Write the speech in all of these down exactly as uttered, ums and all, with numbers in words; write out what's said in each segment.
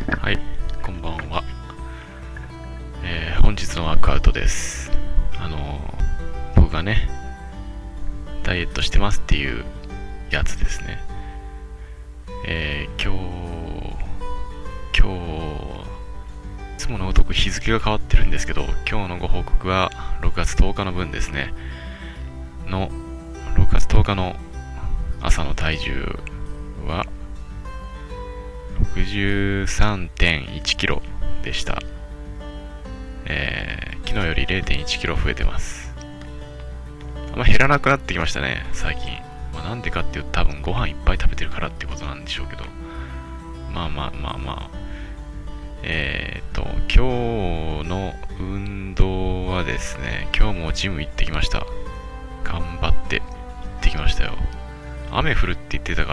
はい、こんばんは。えー本日のワークアウトです。あのー僕がね、ダイエットしてますっていうやつですね。えー今日、今日、いつものごとく日付が変わってるんですけど、今日のご報告はろくがつとおかの分ですね。の、ろくがつとおかの朝の体重はろくじゅうさんてんいちキロでした。えー昨日より れいてんいちキロ増えてます。あんま減らなくなってきましたね、最近。まあ、なんでかっていうと、多分ご飯いっぱい食べてるからってことなんでしょうけど。まあまあまあまあ。えーっと、今日の運動はですね、今日もジム行ってきました。頑張って行ってきましたよ。雨降るって言ってたから、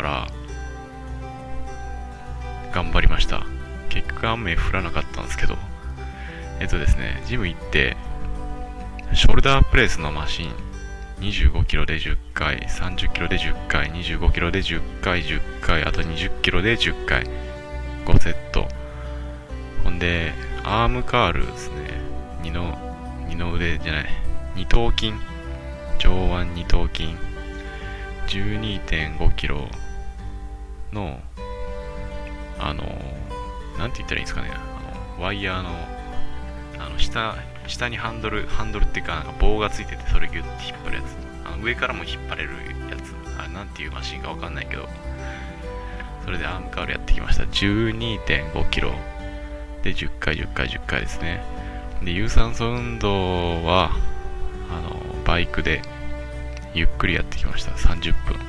頑張りました。結局雨降らなかったんですけど、えっとですね、ジム行って、ショルダープレスのマシン、にじゅうごキロでじゅっかい、さんじゅっキロでじゅっかい、にじゅうごキロでじゅっかい、じゅっかい、あとにじゅっキロでじゅっかい、ごセット。ほんで、アームカールですね。二の、二の腕じゃない。二頭筋。上腕二頭筋。じゅうにてんごキロの、あの、なんて言ったらいいんですかね。あの、ワイヤーの、あの、下、下にハンドル、ハンドルっていうか、なんか棒がついてて、それギュッて引っ張るやつ。あの上からも引っ張れるやつ。あれ、なんていうマシンかわかんないけど、それでアームカールやってきました。じゅうにてんごキロでじゅっかい、じゅっかい、じゅっかいですね。で、有酸素運動は、あの、バイクでゆっくりやってきました。さんじゅっぷん。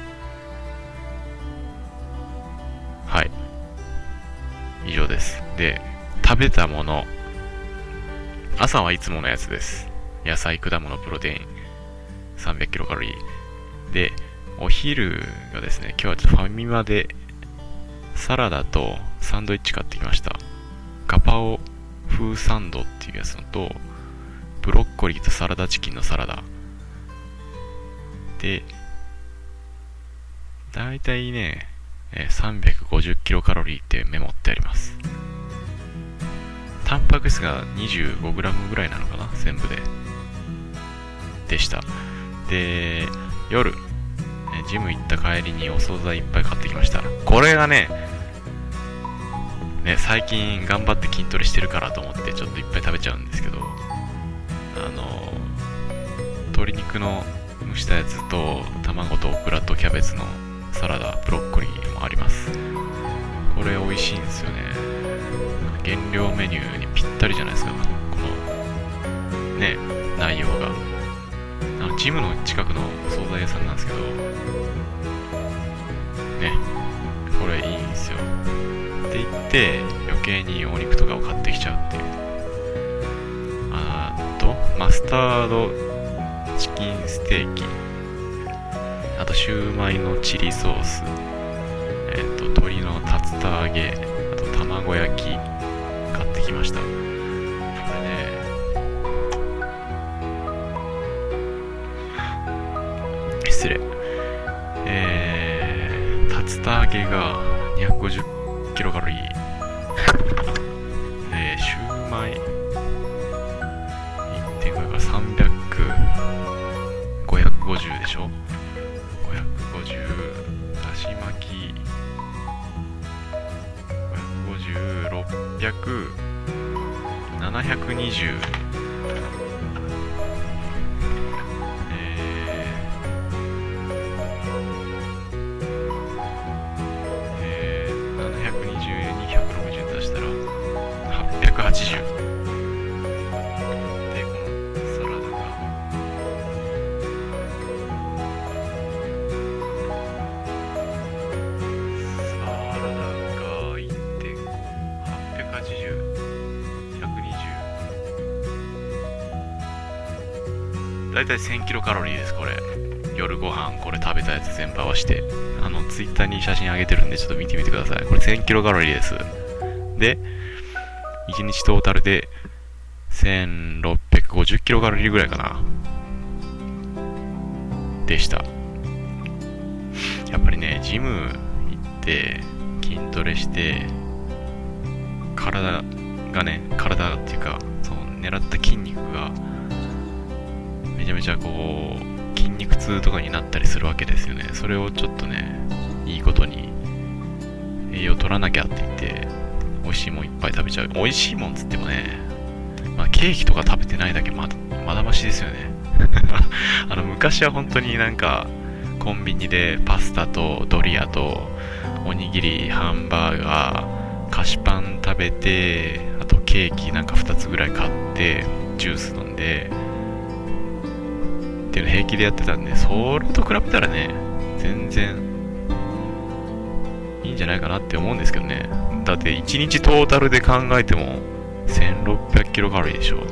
はい。以上です。で、食べたもの。朝はいつものやつです。野菜、果物、プロテイン。さんびゃくキロカロリー。で、お昼がですね、今日はちょっとファミマでサラダとサンドイッチ買ってきました。ガパオ風サンドっていうやつのと、ブロッコリーとサラダチキンのサラダ。で、だいたいね、さんびゃくごじゅうキロカロリーってメモってあります。タンパク質が にじゅうごグラム ぐらいなのかな、全部で。でした。で、夜、ジム行った帰りにお惣菜いっぱい買ってきました。これがね、ね、最近頑張って筋トレしてるからと思ってちょっといっぱい食べちゃうんですけど、あの、鶏肉の蒸したやつと卵とオクラとキャベツのサラダ、ブロッコリーもあります。これ美味しいんですよね。減量メニューにぴったりじゃないですか、このね、内容が。あのジムの近くのお惣菜屋さんなんですけどね、これいいんですよって言って余計にお肉とかを買ってきちゃうっていう。あとマスタードチキンステーキ、あとシューマイのチリソース、えっ、と鶏の竜田揚げ、あと卵焼き買ってきました。これね、失礼。えー、竜田揚げがにひゃくごじゅうキロカロリー。で、シューマイ いってんご からさんびゃく、ごひゃくごじゅうでしょ。ごひゃくごじゅう、だし巻き、ごひゃくごじゅう、ろっぴゃく、ななひゃくにじゅう、はちじゅうで、このサラダがサラダが いってんご、はっぴゃくはちじゅう、ひゃくにじゅう、だいたいせんキロカロリーです。これ夜ご飯これ食べたやつ全部合わせて、あのツイッターに写真上げてるんでちょっと見てみてください。これせんキロカロリーです。で、いちにちトータルでせんろっぴゃくごじゅうキロカロリーぐらいかなでした。やっぱりね、ジム行って筋トレして体がね、体がっていうか、その狙った筋肉がめちゃめちゃこう筋肉痛とかになったりするわけですよね。それをちょっとね、いいことに栄養取らなきゃって言って美味しいもんいっぱい食べちゃう。美味しいもんつってもね、まあ、ケーキとか食べてないだけまだまだましですよね。あの昔は本当になんかコンビニでパスタとドリアとおにぎり、ハンバーガー、菓子パン食べて、あとケーキなんかふたつぐらい買ってジュース飲んでっていうの平気でやってたんで、それと比べたらね、全然いいんじゃないかなって思うんですけどね。だっていちにちトータルで考えてもせんろっぴゃくキロカロリーでしょ。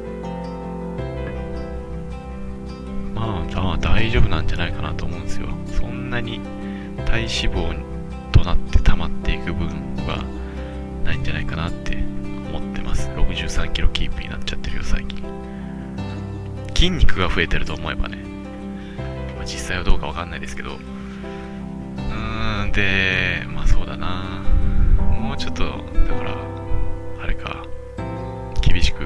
まあ、まあ大丈夫なんじゃないかなと思うんですよ。そんなに体脂肪となって溜まっていく分はないんじゃないかなって思ってます。ろくじゅうさんキロキープになっちゃってるよ最近。筋肉が増えてると思えばね、まあ、実際はどうかわかんないですけど、うーん、でまあそうだな、もうちょっとだからあれか、厳しく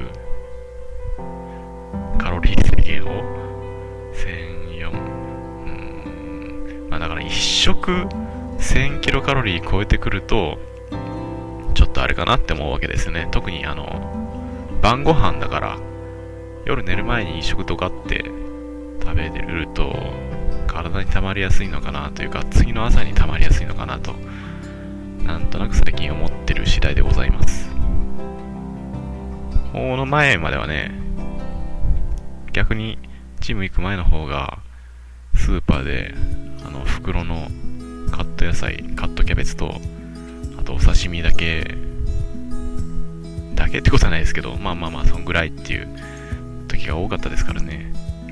カロリー制限をせんよん、うーん、まあだから一食せんキロカロリー超えてくるとちょっとあれかなって思うわけですね。特にあの晩ご飯だから夜寝る前に一食とかって食べてると体に溜まりやすいのかなというか、次の朝に溜まりやすいのかなとなんとなく最近思ってる次第でございます。この前まではね、逆にジム行く前の方がスーパーであの袋のカット野菜、カットキャベツとあとお刺身だけだけってことはないですけど、まあまあまあそんぐらいっていう時が多かったですからね。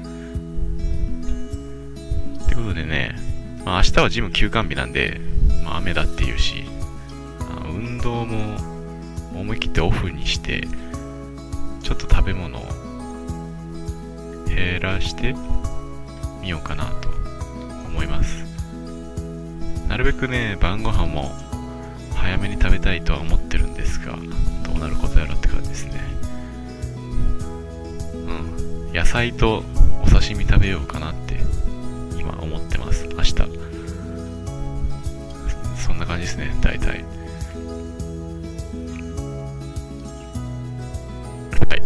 ってことでね、まあ、明日はジム休館日なんで、まあ、雨だっていうし、あの運動も思い切ってオフにしてちょっと食べ物を減らしてみようかなと思います。なるべくね、晩ご飯も早めに食べたいとは思ってるんですが、どうなることやらって感じですね。うん、野菜とお刺身食べようかなって今思ってます。明日そんな感じですね、大体。はい、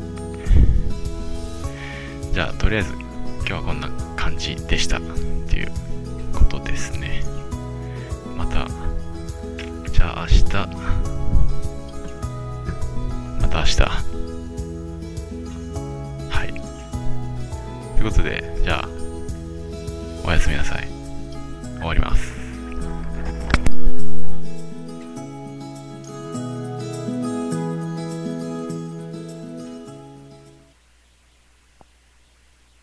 じゃあとりあえず今日はこんな感じでしたっていうことですね。またじゃあ明日また明日はいということで、じゃあおやすみなさい。終わります。